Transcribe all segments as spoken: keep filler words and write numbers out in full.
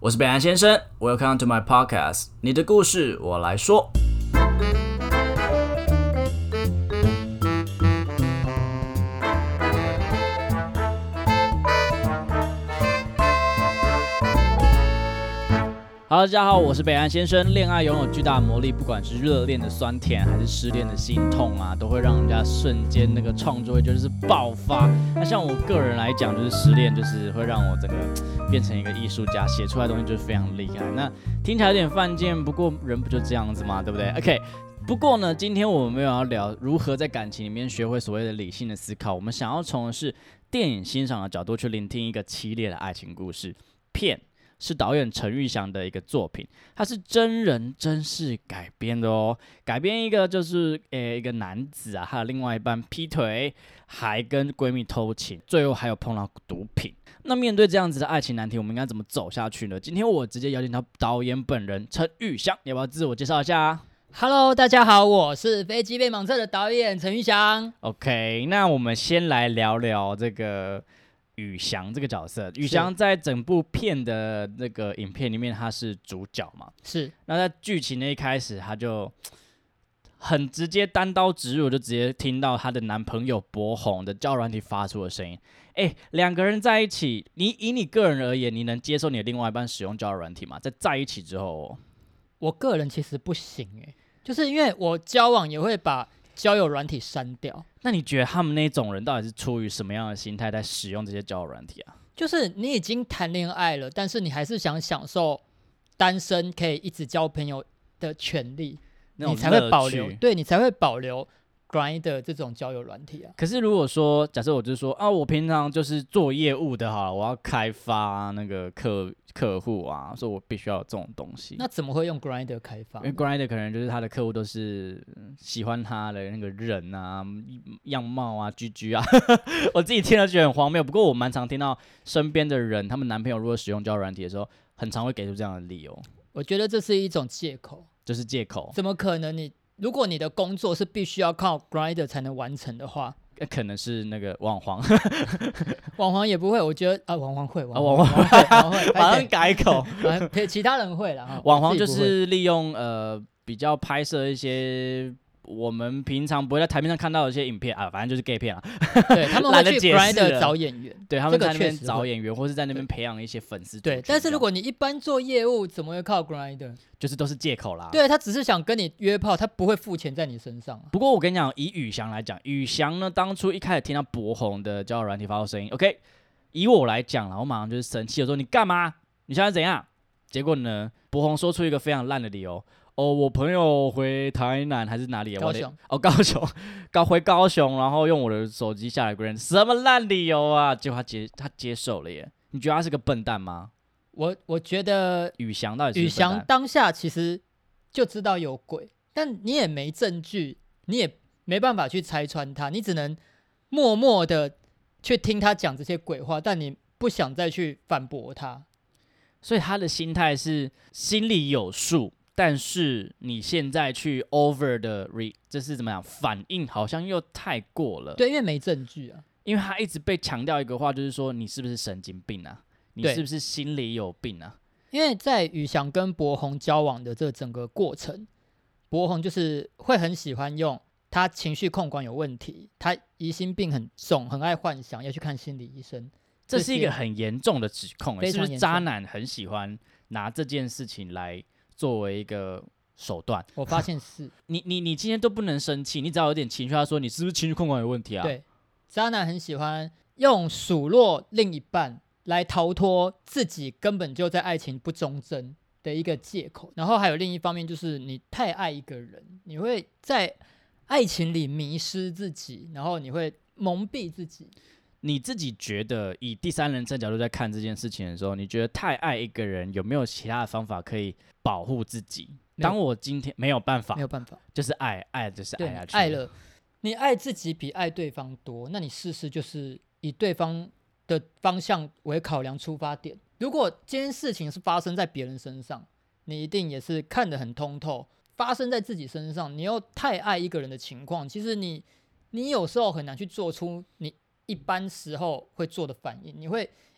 我是北岸先生 ，Welcome to my podcast， 你的故事我来说。Hello， 大家好，我是北岸先生。恋爱拥有巨大的魔力，不管是热恋的酸甜，还是失恋的心痛啊，都会让人家瞬间那个创作力就是爆发。那像我个人来讲，就是失恋就是会让我整个变成一个艺术家，写出来的东西就是非常厉害。那听起来有点犯贱，不过人不就这样子吗？对不对 ？OK。不过呢，今天我们没有要聊如何在感情里面学会所谓的理性的思考，我们想要从的是电影欣赏的角度去聆听一个凄烈的爱情故事。片是导演陈玉祥的一个作品，它是真人真事改编的哦。改编一个就是诶一个男子啊，他的另外一半劈腿，还跟闺蜜偷情，最后还有碰到毒品。那面对这样子的爱情难题，我们应该怎么走下去呢？今天我直接邀请到导演本人陈玉祥，要不要自我介绍一下啊？ Hello， 大家好，我是飞机被盲测的导演陈玉祥。 OK， 那我们先来聊聊这个宇翔这个角色。宇翔在整部片的那个影片里面，他是主角嘛？ 是。 那在剧情的一开始，他就很直接单刀直入，就直接听到她的男朋友博宏的交友软体发出的声音。哎，两个人在一起，你以你个人而言，你能接受你的另外一半使用交友软体吗？在在一起之后、哦， 我个人其实不行哎、欸，就是因为我交往也会把交友软体删掉。 那你觉得他们那种人到底是出于什么样的心态在使用这些交友软体啊？ 就是你已经谈恋爱了，但是你还是想享受单身可以一直交朋友的权利，你才会保留，对你才会保留 Grindr 这种交友软体啊。 可是如果说，假设我就是说啊，我平常就是做业务的，好了，我要开发那个客客户啊，所以我必须要有这种东西。 那怎么会用 Grindr 开发？ 因为 Grindr 可能就是他的客户都是喜欢他的那个人啊、样貌啊、G G 啊，我自己听了觉得很荒谬。不过我蛮常听到身边的人，他们男朋友如果使用交友软体的时候，很常会给出这样的理由。 我觉得这是一种借口。 就是借口。 怎么可能你？如果你的工作是必须要靠 Grindr 才能完成的话， 可能是那个网黄， 网黄也不会，我觉得啊，网黄会， 网黄会，马上改口， 其他人会啦。 网黄就是利用呃比较拍摄一些我们平常不会在台面上看到的一些影片啊，反正就是 gay 片啊。 对，他们会去 Grindr 找演员， 对，他们在那边找演员，或是在那边培养一些粉丝。 对，但是如果你一般做业务，怎么会靠 Grindr？ 就是都是借口啦。 对，他只是想跟你约炮，他不会付钱在你身上、啊。 不过我跟你讲，以宇翔来讲，宇翔呢当初一开始听到博宏的交友软体发出声音 ，OK， 以我来讲啦，我马上就是生气，我说你干嘛？你现在怎样？结果呢，博宏说出一个非常烂的理由。哦，我朋友回台南还是哪里啊？ 高雄。 哦，高雄，高回高雄，然后用我的手机下来 Grindr， 什么烂理由啊？结果他接他接受了耶。你觉得他是个笨蛋吗？ 我我觉得宇翔到底是宇翔当下其实就知道有鬼，但你也没证据，你也没办法去拆穿他，你只能默默的去听他讲这些鬼话，但你不想再去反驳他。 所以他的心态是心里有数。但是你现在去 over 的 re， 这是怎么样？反应好像又太过了。 对，因为没证据啊。 因为他一直被强调一个话，就是说你是不是神经病啊？你是不是心里有病啊？ 因为在宇翔跟博宏交往的这整个过程，博宏就是会很喜欢用他情绪控管有问题，他疑心病很重，很爱幻想，要去看心理医生。 这是一个很严重的指控、欸， 非常严重。 是不是渣男很喜欢拿这件事情来作为一个手段？ 我发现是你你你今天都不能生气，你只要有点情绪，他说你是不是情绪控管有问题啊？ 对，渣男很喜欢用数落另一半来逃脱自己根本就在爱情不忠贞的一个借口。然后还有另一方面就是你太爱一个人，你会在爱情里迷失自己，然后你会蒙蔽自己。 你自己觉得以第三人称角度在看这件事情的时候，你觉得太爱一个人有没有其他的方法可以保护自己？当我今天没有办法， 没有办法， 就是爱，爱就是爱下去。 爱了，你爱自己比爱对方多，那你试试就是以对方的方向为考量出发点。如果这件事情是发生在别人身上，你一定也是看得很通透。发生在自己身上，你又太爱一个人的情况，其实你你有时候很难去做出你一般时候会做的反应，你会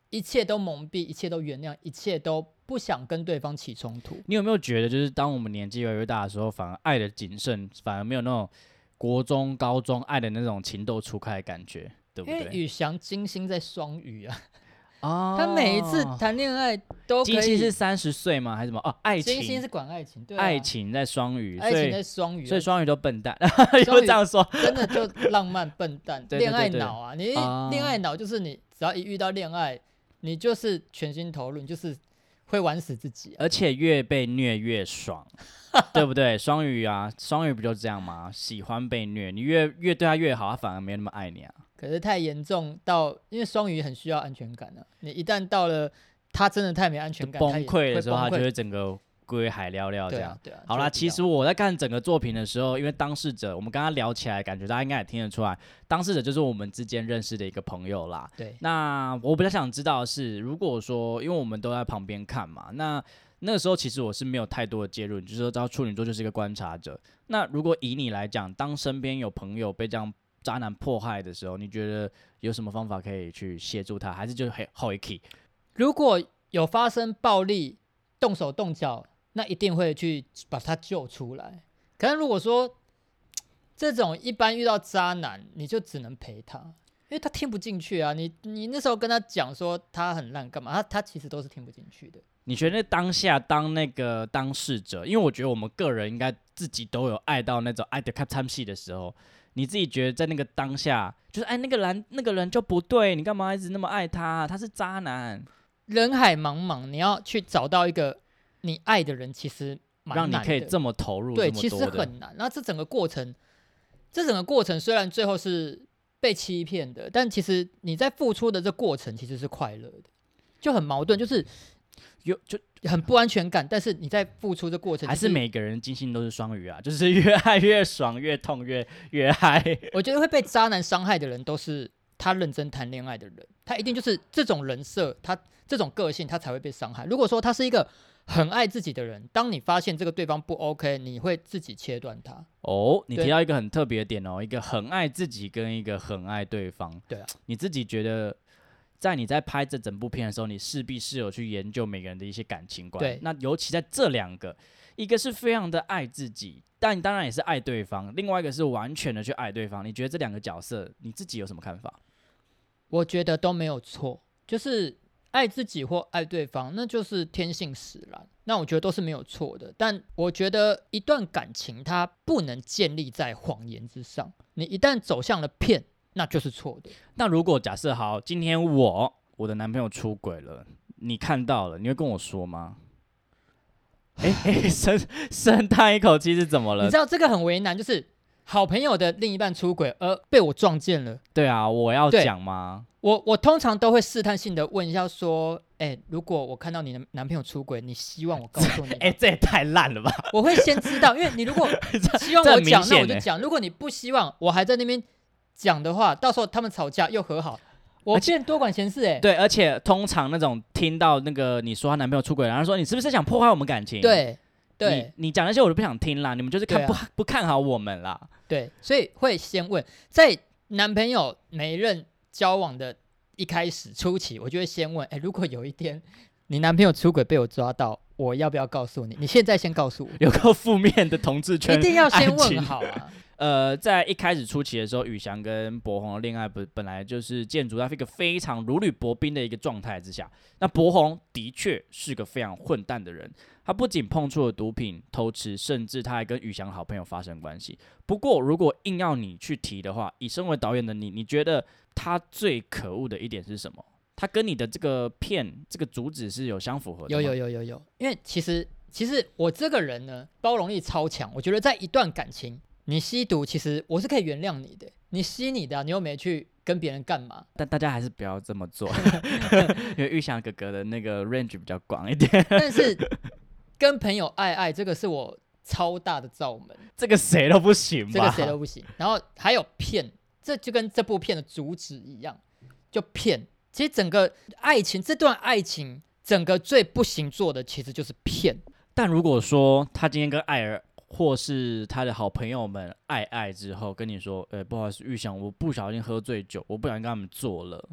一切都蒙蔽，一切都原谅，一切都不想跟对方起冲突。 你有没有觉得，就是当我们年纪越来越大的时候，反而爱的谨慎，反而没有那种国中、高中爱的那种情窦初开的感觉，对不对？ 因为宇翔金星在双鱼啊， 哦， 他每一次谈恋爱都可以。 金星是三十岁吗？还是什么？哦，爱情。 金星是管爱情，对、啊， 爱情在双鱼， 爱情在双鱼， 所以双鱼都笨蛋， 又这样说， 真的就浪漫笨蛋，恋爱脑啊！你恋爱脑就是你只要一遇到恋爱，你就是全心投入，你就是会玩死自己、啊， 而且越被虐越爽，对不对？双鱼啊，双鱼不就这样吗？喜欢被虐，你越越对他越好，他反而没那么爱你啊。 可是太严重到，因为双鱼很需要安全感啊，你一旦到了他真的太没安全感， 崩溃的时候，他就会整个归海寥寥这样。 对啊，对啊。 好啦，其实我在看整个作品的时候，因为当事者，我们刚刚聊起来，感觉大家应该也听得出来，当事者就是我们之间认识的一个朋友啦。 对。 那我比较想知道的是，如果说，因为我们都在旁边看嘛，那那个时候其实我是没有太多的介入，就是说，知道处女座就是一个观察者。那如果以你来讲，当身边有朋友被这样渣男迫害的时候，你觉得有什么方法可以去协助他，还是就好一起？ 如果有发生暴力、动手动脚，那一定会去把他救出来。可是如果说这种一般遇到渣男，你就只能陪他，因为他听不进去啊。你你那时候跟他讲说他很烂干嘛，他他其实都是听不进去的。 你觉得当下当那个当事者，因为我觉得我们个人应该自己都有爱到那种爱的看参戏的时候，你自己觉得在那个当下，就是哎那个人那个人就不对，你干嘛一直那么爱他？他是渣男。 人海茫茫，你要去找到一个你爱的人，其实蛮难的， 让你可以这么投入， 对，其实很难。那这整个过程，这整个过程虽然最后是被欺骗的，但其实你在付出的这过程其实是快乐的，就很矛盾，就是有就很不安全感，但是你在付出的过程、就是， 还是每个人金星都是双鱼啊，就是越爱越爽，越痛越越嗨。 我觉得会被渣男伤害的人，都是他认真谈恋爱的人，他一定就是这种人设，他这种个性，他才会被伤害。如果说他是一个很爱自己的人，当你发现这个对方不 OK， 你会自己切断他。 哦，你提到一个很特别的点哦，一个很爱自己跟一个很爱对方。 对啊， 你自己觉得，在你在拍这整部片的时候，你势必是有去研究每个人的一些感情观。 对， 那尤其在这两个，一个是非常的爱自己，但当然也是爱对方；另外一个是完全的去爱对方。你觉得这两个角色，你自己有什么看法？ 我觉得都没有错，就是爱自己或爱对方，那就是天性使然。那我觉得都是没有错的。但我觉得一段感情它不能建立在谎言之上，你一旦走向了骗，那就是错的。 那如果假设好，今天我我的男朋友出轨了，你看到了，你会跟我说吗？哎哎，深深叹一口气是怎么了？ 你知道这个很为难，就是好朋友的另一半出轨，而被我撞见了。 对啊，我要讲吗？ 我我通常都会试探性的问一下，说，哎、欸，如果我看到你的男朋友出轨，你希望我告诉你？ 哎、欸，这也太烂了吧！ 我会先知道，因为你如果希望我讲，那我就讲；如果你不希望，我还在那边讲的话，到时候他们吵架又和好，我变多管闲事哎、欸。 对，而且通常那种听到那个你说她男朋友出轨，然后说你是不是想破坏我们感情？ 对对， 你讲那些我都不想听啦，你们就是看不、 啊、 不看好我们啦。 对，所以会先问，在男朋友每一任交往的一开始初期，我就会先问，哎，如果有一天你男朋友出轨被我抓到，我要不要告诉你？你现在先告诉我。 有个负面的同志圈， 一定要先问好啊。 呃，在一开始初期的时候，宇翔跟柏宏的恋爱本本来就是建筑在一个非常如履薄冰的一个状态之下。那柏宏的确是个非常混蛋的人，他不仅碰触了毒品、偷吃，甚至他还跟宇翔的好朋友发生关系。不过，如果硬要你去提的话，以身为导演的你，你觉得他最可恶的一点是什么？他跟你的这个片这个主旨是有相符合的吗？ 有有有有有，因为其实其实我这个人呢，包容力超强。我觉得在一段感情，你吸毒，其实我是可以原谅你的。你吸你的、啊，你又没去跟别人干嘛？ 但大家还是不要这么做，因为玉祥哥哥的那个 range 比较广一点。 但是跟朋友爱爱，这个是我超大的罩门， 这个谁都不行吧？ 这个谁都不行。然后还有骗，这就跟这部片的主旨一样，就骗。其实整个爱情，这段爱情，整个最不行做的其实就是骗。 但如果说他今天跟艾尔或是他的好朋友们爱爱之后，跟你说，呃、欸，不好意思，玉祥，我不小心喝醉酒，我不小心跟他们做了，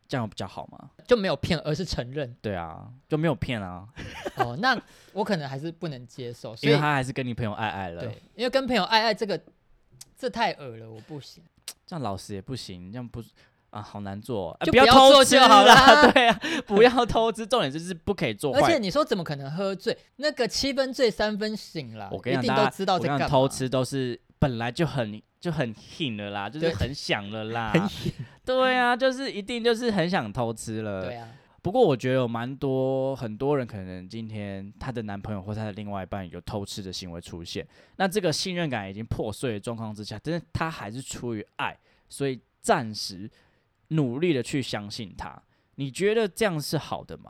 这样比较好吗？ 就没有骗，而是承认。 对啊，就没有骗啊。 哦，那我可能还是不能接受，所以因为他还是跟你朋友爱爱了。 对，因为跟朋友爱爱这个，这太恶了，我不行。 这样老师也不行，这样不啊，好难做、哦， 就不要偷吃就好了。 对啊，不要偷吃，重点就是不可以做坏。 而且你说怎么可能喝醉？那个七分醉三分醒啦， 我跟你讲， 一定都知道在干嘛。 偷吃都是本来就很就很hin了啦，就是很想了啦。很对啊，就是一定就是很想偷吃了。 对啊。 不过我觉得有蛮多很多人可能今天她的男朋友或她的另外一半有偷吃的行为出现，那这个信任感已经破碎的状况之下，但是他还是出于爱，所以暂时努力的去相信他。你觉得这样是好的吗？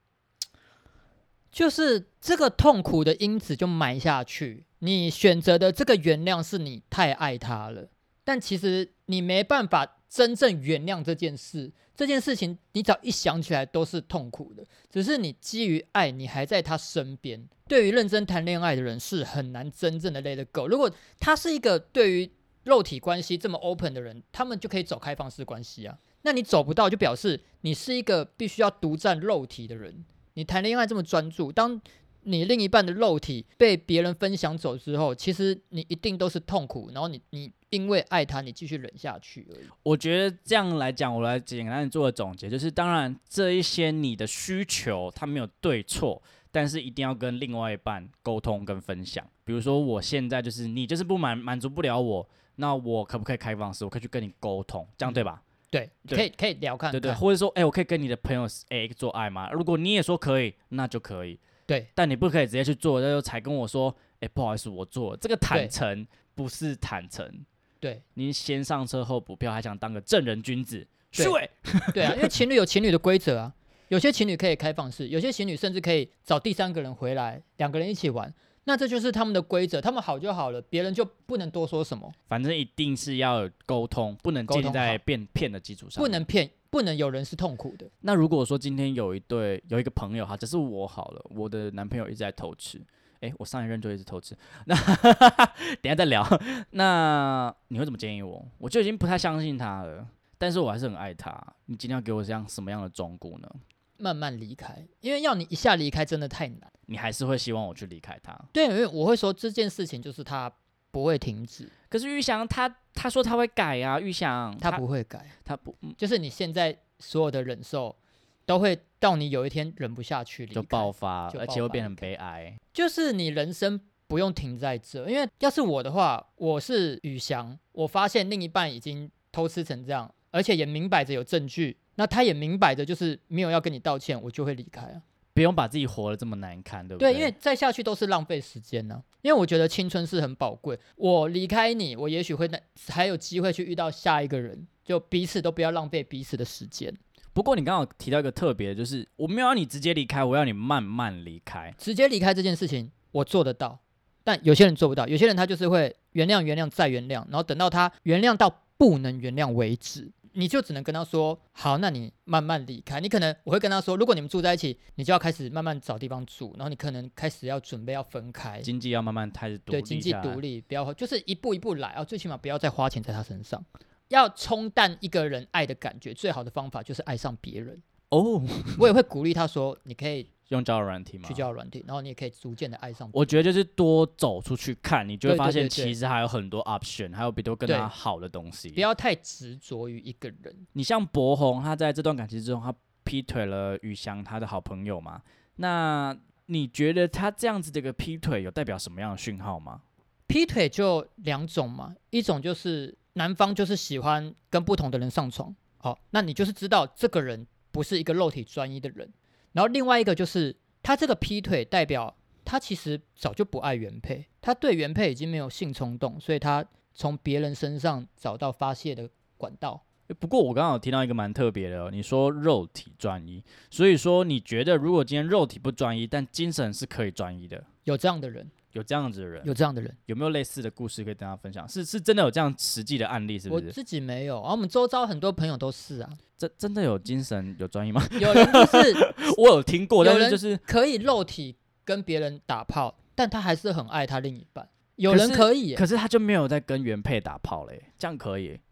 就是这个痛苦的因子就埋下去，你选择的这个原谅是你太爱他了，但其实你没办法真正原谅这件事，这件事情你只要一想起来都是痛苦的，只是你基于爱，你还在他身边。对于认真谈恋爱的人是很难真正的 let it go。如果他是一个对于肉体关系这么 open 的人，他们就可以走开放式关系啊。那你走不到，就表示你是一个必须要独占肉体的人。你谈恋爱这么专注，当你另一半的肉体被别人分享走之后，其实你一定都是痛苦，然后你你因为爱他，你继续忍下去而已。 我觉得这样来讲，我来简单的做个总结，就是当然这一些你的需求，它没有对错，但是一定要跟另外一半沟通跟分享。比如说我现在就是你就是不满满足不了我，那我可不可以开放式？我可以去跟你沟通，这样对吧？ 对，对可以可以聊看看， 对对，或者说，哎、欸，我可以跟你的朋友 A 做爱吗？如果你也说可以，那就可以。 对， 但你不可以直接去做，然后才跟我说，哎、欸，不好意思，我做了。这个坦诚不是坦诚。 对， 你先上车后补票，还想当个正人君子，虚伪。 对啊，因为情侣有情侣的规则啊，有些情侣可以开放式，有些情侣甚至可以找第三个人回来，两个人一起玩。那这就是他们的规则，他们好就好了，别人就不能多说什么。 反正一定是要有沟通，不能建立在变骗的基础上， 不能骗，不能有人是痛苦的。 那如果说今天有一对有一个朋友哈，只是我好了，我的男朋友一直在偷吃，哎、欸，我上一任就一直偷吃，那等一下再聊。那你会怎么建议我？我就已经不太相信他了，但是我还是很爱他。你今天要给我这样什么样的忠告呢？ 慢慢离开，因为要你一下离开真的太难。 你还是会希望我去离开他？ 对，因为我会说这件事情就是他不会停止。 可是玉祥他他说他会改啊，玉祥他不会改， 他不、嗯、 就是你现在所有的忍受都会到你有一天忍不下去离开就爆发， 就爆发， 而且会变成悲哀。 就是你人生不用停在这，因为要是我的话，我是宇翔，我发现另一半已经偷吃成这样，而且也明摆着有证据，那他也明摆着就是没有要跟你道歉，我就会离开啊。 不用把自己活得这么难看，对不对？ 对，因为再下去都是浪费时间呢、啊。因为我觉得青春是很宝贵，我离开你，我也许会还有机会去遇到下一个人，就彼此都不要浪费彼此的时间。 不过你刚好提到一个特别的，就是我没有要你直接离开，我要你慢慢离开。 直接离开这件事情我做得到，但有些人做不到，有些人他就是会原谅原谅再原谅，然后等到他原谅到不能原谅为止，你就只能跟他说好，那你慢慢离开。你可能我会跟他说，如果你们住在一起，你就要开始慢慢找地方住，然后你可能开始要准备要分开， 经济要慢慢开始独立， 对，经济独立，不要就是一步一步来啊，最起码不要再花钱在他身上。要冲淡一个人爱的感觉，最好的方法就是爱上别人哦。 我也会鼓励他说，你可以用交友软体吗？ 去交友软体，然后你也可以逐渐的爱上别人。 我觉得就是多走出去看，你就会发现对对对对其实还有很多 option， 还有比都跟他好的东西。 不要太执着于一个人。 你像博宏，他在这段感情之中，他劈腿了宇翔他的好朋友嘛？那你觉得他这样子的一个劈腿，有代表什么样的讯号吗？ 劈腿就两种嘛，一种就是男方就是喜欢跟不同的人上床，好，那你就是知道这个人不是一个肉体专一的人。然后另外一个就是他这个劈腿代表他其实早就不爱原配，他对原配已经没有性冲动，所以他从别人身上找到发泄的管道。 不过我刚刚有听到一个蛮特别的、哦，你说肉体专一，所以说你觉得如果今天肉体不专一，但精神是可以专一的， 有这样的人， 有这样子的人， 有这样的人， 有没有类似的故事可以跟大家分享？是是真的有这样实际的案例，是不是？ 我自己没有，然后我们周遭很多朋友都是啊。 真真的有精神有专一吗？ 有人就是我有听过，但是就是可以肉体跟别人打炮，但他还是很爱他另一半。有人可以、欸， 可是他就没有在跟原配打炮嘞，这样可以？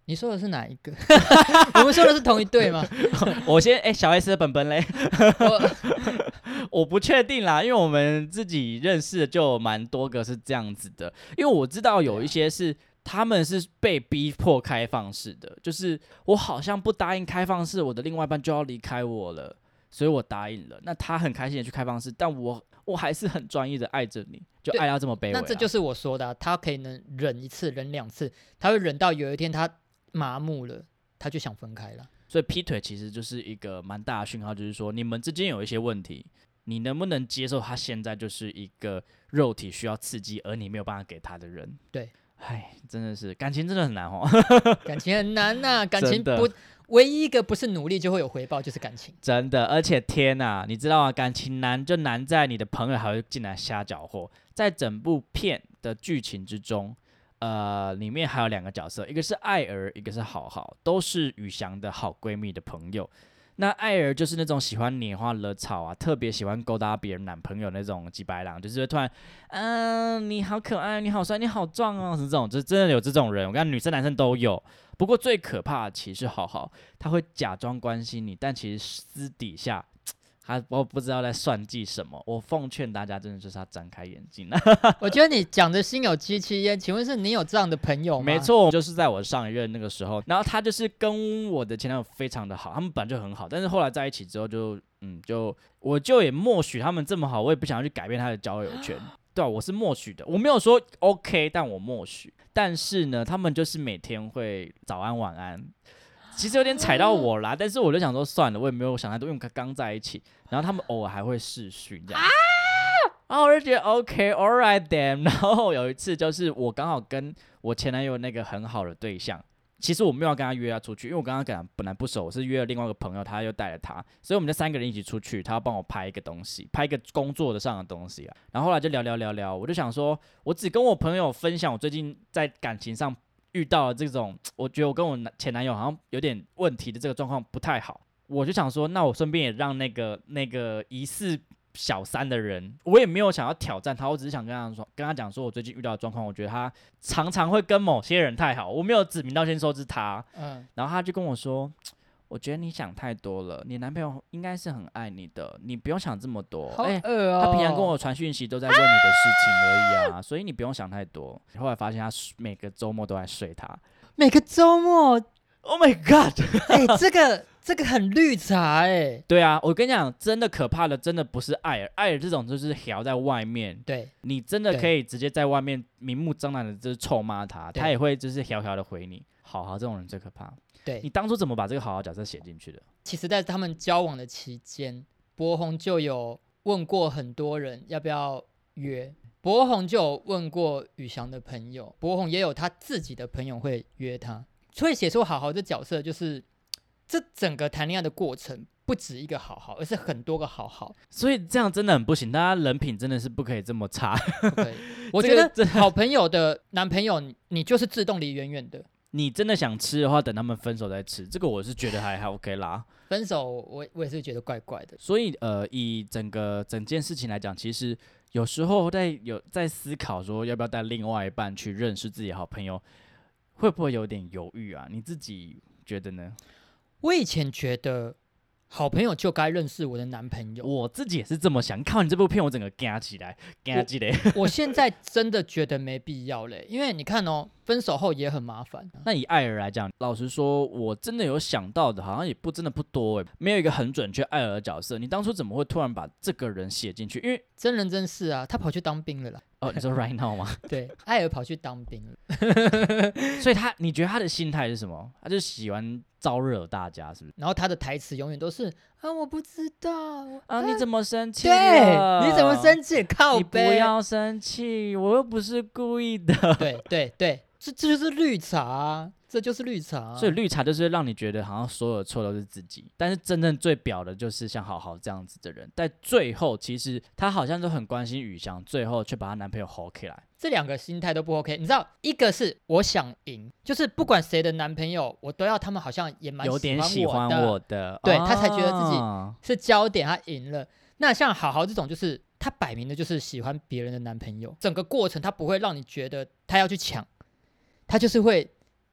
你说的是哪一个？我们说的是同一对吗？ 我先哎、欸，小 S 的本本嘞， 我我不确定啦，因为我们自己认识的就有蛮多个是这样子的，因为我知道有一些是。他们是被逼迫开放式的，就是我好像不答应开放式，我的另外一半就要离开我了，所以我答应了。那他很开心的去开放式，但我我还是很专一的爱着你，就爱到这么卑微、啊。 那这就是我说的、啊，他可以能忍一次，忍两次，他会忍到有一天他麻木了，他就想分开了。 所以劈腿其实就是一个蛮大的讯号，就是说你们之间有一些问题，你能不能接受他现在就是一个肉体需要刺激，而你没有办法给他的人？ 对。 唉，真的是感情真的很难哦， 感情很难呐、啊，感情不唯一一个不是努力就会有回报，就是感情。 真的，而且天哪，你知道吗？感情难就难在你的朋友还会进来瞎搅和。在整部片的剧情之中，呃，里面还有两个角色，一个是爱儿，一个是好好，都是宇翔的好闺蜜的朋友。那爱儿就是那种喜欢拈花惹草啊，特别喜欢勾搭别人男朋友那种几白狼，就是会突然，嗯、呃，你好可爱，你好帅，你好壮哦，是这种，就真的有这种人。我看女生男生都有。不过最可怕的其实好好，他会假装关心你，但其实私底下他我不知道在算计什么。我奉劝大家，真的就是要张开眼睛。 我觉得你讲的心有戚戚焉，请问是你有这样的朋友吗？ 没错，就是在我上一任那个时候，然后他就是跟我的前男友非常的好，他们本来就很好，但是后来在一起之后就嗯就我就也默许他们这么好，我也不想要去改变他的交友圈。对啊，我是默许的，我没有说 OK， 但我默许。但是呢，他们就是每天会早安晚安，其实有点踩到我啦。但是我就想说算了，我也没有想太多，因为我们刚在一起。然后他们偶尔还会视讯这样，然后我就觉得 OK，all right then。然后有一次就是我刚好跟我前男友那个很好的对象。其实我没有要跟他约他出去，因为我刚刚跟他本来不熟，我是约了另外一个朋友，他又带了他，所以我们就三个人一起出去，他要帮我拍一个东西，拍一个工作的上的东西啊。然后后来就聊聊聊聊，我就想说，我只跟我朋友分享我最近在感情上遇到了这种，我觉得我跟我前男友好像有点问题的这个状况不太好，我就想说，那我顺便也让那个那个疑似小三的人，我也没有想要挑战他，我只是想跟他说，跟他讲说我最近遇到的状况，我觉得他常常会跟某些人太好，我没有指名道姓说是他，嗯，然后他就跟我说，我觉得你想太多了，你男朋友应该是很爱你的，你不用想这么多。 好恶哦、 欸，他平常跟我传讯息都在问你的事情而已啊，所以你不用想太多。后来发现他每个周末都在睡他， 每个周末 ，Oh my God！ 哎、欸，这个。这个很绿茶哎、欸， 对啊，我跟你讲，真的可怕的，真的不是爱尔，爱尔这种就是摇在外面， 对， 你真的可以直接在外面明目张胆的就是臭骂他，他也会就是摇摇的回你。好好，这种人最可怕。 对， 你当初怎么把这个好好角色写进去的？ 其实，在他们交往的期间，柏宏就有问过很多人要不要约，柏宏就有问过宇翔的朋友，柏宏也有他自己的朋友会约他，所以写出好好的角色就是。这整个谈恋爱的过程不止一个好好，而是很多个好好， 所以这样真的很不行，大家人品真的是不可以这么差。 不可以，我觉得好朋友的男朋友，你就是自动离远远的。 你真的想吃的话，等他们分手再吃，这个我是觉得还还 OK 啦。 分手我我也是觉得怪怪的。 所以呃，以整个整件事情来讲，其实有时候在有在思考说要不要带另外一半去认识自己的好朋友，会不会有点犹豫啊？你自己觉得呢？ 我以前觉得好朋友就该认识我的男朋友， 我自己也是这么想。看完你这部片，我整个惊起来，惊起来。 我, 我现在真的觉得没必要嘞，因为你看哦，分手后也很麻烦。 那以爱儿来讲，老实说，我真的有想到的，好像也不真的不多哎，没有一个很准确爱儿的角色。你当初怎么会突然把这个人写进去？因为真人真事啊，他跑去当兵了啦。 哦，你说 right now 吗？ 对，爱儿跑去当兵了。 所以他，你觉得他的心态是什么？他就喜欢招惹大家，是不是？ 然后他的台词永远都是啊，我不知道啊，你怎么生气？ 对，你怎么生气？靠北，你不要生气，我又不是故意的。 对对对，这这就是绿茶啊。这就是绿茶、啊， 所以绿茶就是让你觉得好像所有的错都是自己，但是真正最表的就是像好好这样子的人，在最后其实她好像都很关心宇翔，最后却把她男朋友 hold 起来。 这两个心态都不 OK， 你知道，一个是我想赢，就是不管谁的男朋友，我都要他们好像也蛮有点喜欢我的， 对、 哦、 他才觉得自己是焦点，他赢了。那像好好这种，就是他摆明的就是喜欢别人的男朋友，整个过程他不会让你觉得他要去抢，他就是会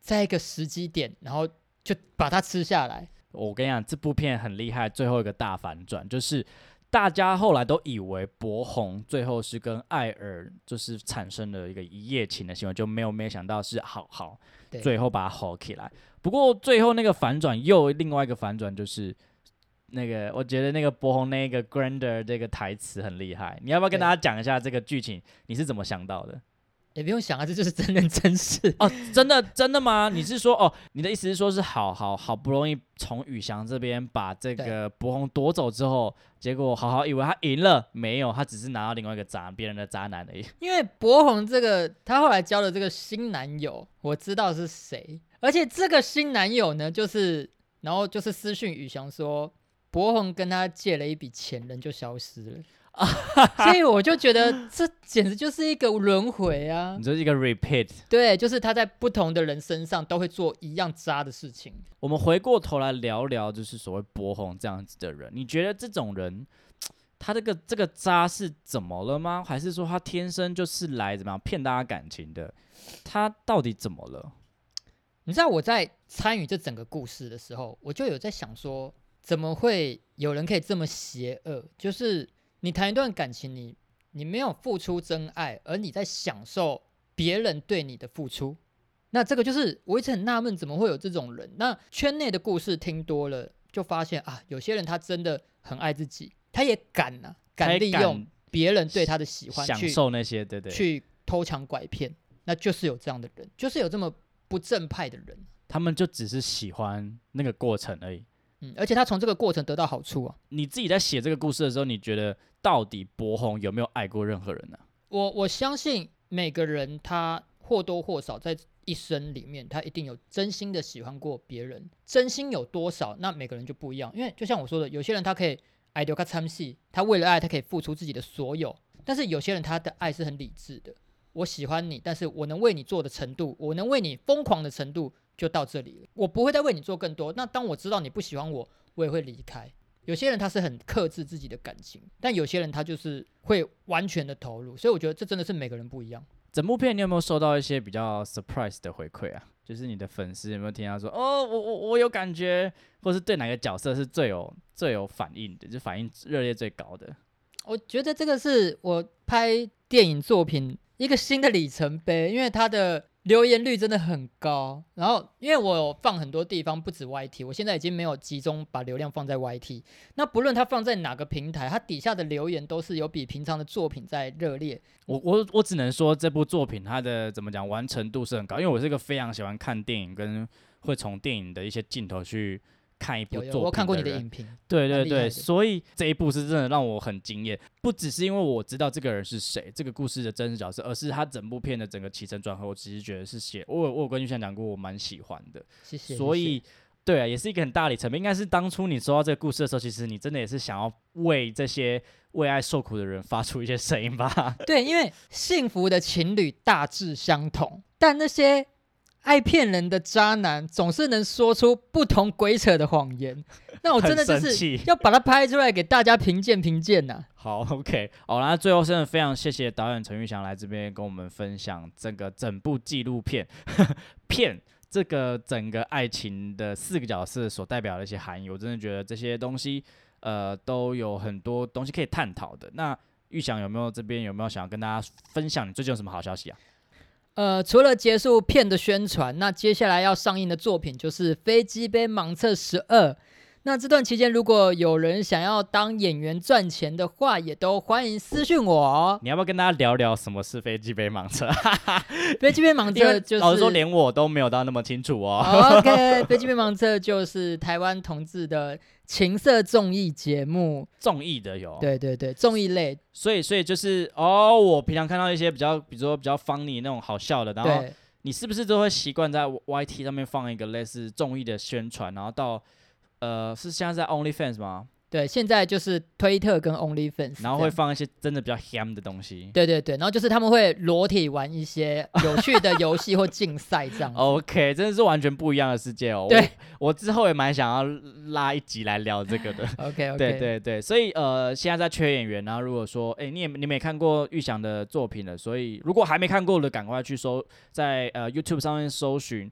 在一个时机点，然后就把它吃下来。 我跟你讲，这部片很厉害，最后一个大反转就是大家后来都以为博宏最后是跟艾尔就是产生了一个一夜情的行为，就没有没想到是好好最后把他吼起来。不过最后那个反转又另外一个反转就是。那个，我觉得那个博宏那个 Grander 这个台词很厉害，你要不要跟大家讲一下这个剧情？你是怎么想到的？ 也不用想啊，这就是真人真事哦，真的真的吗？你是说哦，你的意思是说是好好好不容易从宇翔这边把这个博宏夺走之后，结果好好以为他赢了，没有，他只是拿到另外一个渣别人的渣男而已。 因为博宏这个他后来交的这个新男友，我知道是谁，而且这个新男友呢，就是然后就是私讯宇翔说。博宏跟他借了一笔钱，人就消失了，所以我就觉得这简直就是一个轮回啊！ 你这是一个 repeat， 对，就是他在不同的人身上都会做一样渣的事情。 我们回过头来聊聊，就是所谓博宏这样子的人，你觉得这种人，他这个这个渣是怎么了吗？还是说他天生就是来怎么样骗大家感情的？他到底怎么了？ 你知道我在参与这整个故事的时候，我就有在想说。怎么会有人可以这么邪恶？就是你谈一段感情，你你没有付出真爱，而你在享受别人对你的付出，那这个就是我一直很纳闷，怎么会有这种人？那圈内的故事听多了，就发现啊，有些人他真的很爱自己，他也敢啊，敢利用别人对他的喜欢， 享受那些，对对， 去偷抢拐骗，那就是有这样的人，就是有这么不正派的人， 他们就只是喜欢那个过程而已。 嗯，而且他从这个过程得到好处啊。 你自己在写这个故事的时候，你觉得到底博宏有没有爱过任何人呢、啊？ 我我相信每个人他或多或少在一生里面，他一定有真心的喜欢过别人。真心有多少，那每个人就不一样。因为就像我说的，有些人他可以爱到他参戏，他为了爱他可以付出自己的所有。但是有些人他的爱是很理智的，我喜欢你，但是我能为你做的程度，我能为你疯狂的程度。就到这里了，我不会再为你做更多。那当我知道你不喜欢我，我也会离开。有些人他是很克制自己的感情，但有些人他就是会完全的投入。所以我觉得这真的是每个人不一样。 整部片你有没有收到一些比较 surprise 的回馈啊？就是你的粉丝有没有听到说，哦，我我我有感觉，或是对哪个角色是最有最有反应的，就反应热烈最高的？ 我觉得这个是我拍电影作品一个新的里程碑，因为它的留言率真的很高。然后因为我有放很多地方，不止 Y T， 我现在已经没有集中把流量放在 Y T。那不论它放在哪个平台，它底下的留言都是有比平常的作品在热烈。 我我我只能说这部作品它的怎么讲完成度是很高，因为我是一个非常喜欢看电影跟会从电影的一些镜头去看一部作品的人。有有， 我看过你的影评。 对对对，所以这一部是真的让我很惊艳，不只是因为我知道这个人是谁，这个故事的真实角色，而是他整部片的整个起承转合，我其实觉得是写，我有我有跟玉祥讲过，我蛮喜欢的。 谢谢。 所以谢谢对啊，也是一个很大的里程碑。应该是当初你收到这个故事的时候，其实你真的也是想要为这些为爱受苦的人发出一些声音吧？ 对，因为幸福的情侣大致相同，但那些爱骗人的渣男总是能说出不同鬼扯的谎言。那我真的就是要把它拍出来给大家评鉴评鉴呐。 好 ，OK， 好，那最后真的非常谢谢导演陈玉祥来这边跟我们分享这个整部纪录片片。这个整个爱情的四个角色所代表的一些含义，我真的觉得这些东西，呃，都有很多东西可以探讨的。那玉祥有没有这边有没有想要跟大家分享你最近有什么好消息啊？ 呃，除了结束片的宣传，那接下来要上映的作品就是《飞机杯盲测十二》。那这段期间，如果有人想要当演员赚钱的话，也都欢迎私讯我哦。 你要不要跟大家聊聊什么是飞机杯盲测？ 飞机杯盲测就是， 老实说，连我都没有到那么清楚哦。 OK， 飞机杯盲测就是台湾同志的情色综艺节目， 综艺的有， 对对对，综艺类。 所以，所以就是哦，我平常看到一些比较，比如说比较 funny 那种好笑的，然后你是不是都会习惯在 Y T 上面放一个类似综艺的宣传，然后到呃，是现在在 OnlyFans 吗？ 对，现在就是推特跟 OnlyFans， 然后会放一些真的比较 ham 的东西。 对对对，然后就是他们会裸体玩一些有趣的游戏或竞赛这样子。 OK， 真的是完全不一样的世界哦。 对， 我, 我之后也蛮想要拉一集来聊这个的。 OK OK， 对对对，所以呃，现在在缺演员，然后如果说，哎，你也你没看过玉祥的作品了，所以如果还没看过的，赶快去搜，在呃 YouTube 上面搜寻。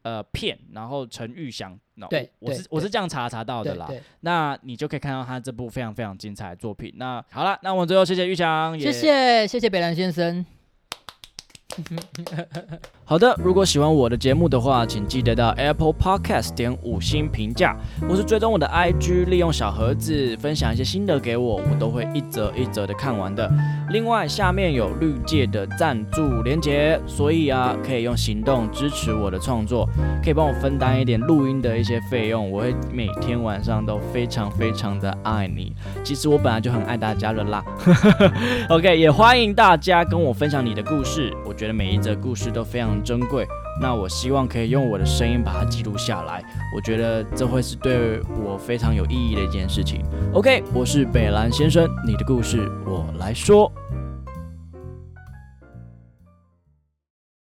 呃片，然后陈玉祥， 对， 我是我是这样查查到的啦。那你就可以看到他这部非常非常精彩的作品。那好了，那我们最后谢谢玉祥， 谢谢谢谢北兰先生。 好的，如果喜欢我的节目的话，请记得到 Apple Podcast 点五星评价，或是追踪我的 I G， 利用小盒子分享一些心得给我，我都会一则一则的看完的。另外，下面有绿界的赞助连结，所以啊，可以用行动支持我的创作，可以帮我分担一点录音的一些费用，我会每天晚上都非常非常的爱你。其实我本来就很爱大家了啦。OK， 也欢迎大家跟我分享你的故事，我觉得每一则故事都非常珍贵，那我希望可以用我的声音把它记录下来，我觉得这会是对我非常有意义的一件事情。OK， 我是北兰先生，你的故事我来说。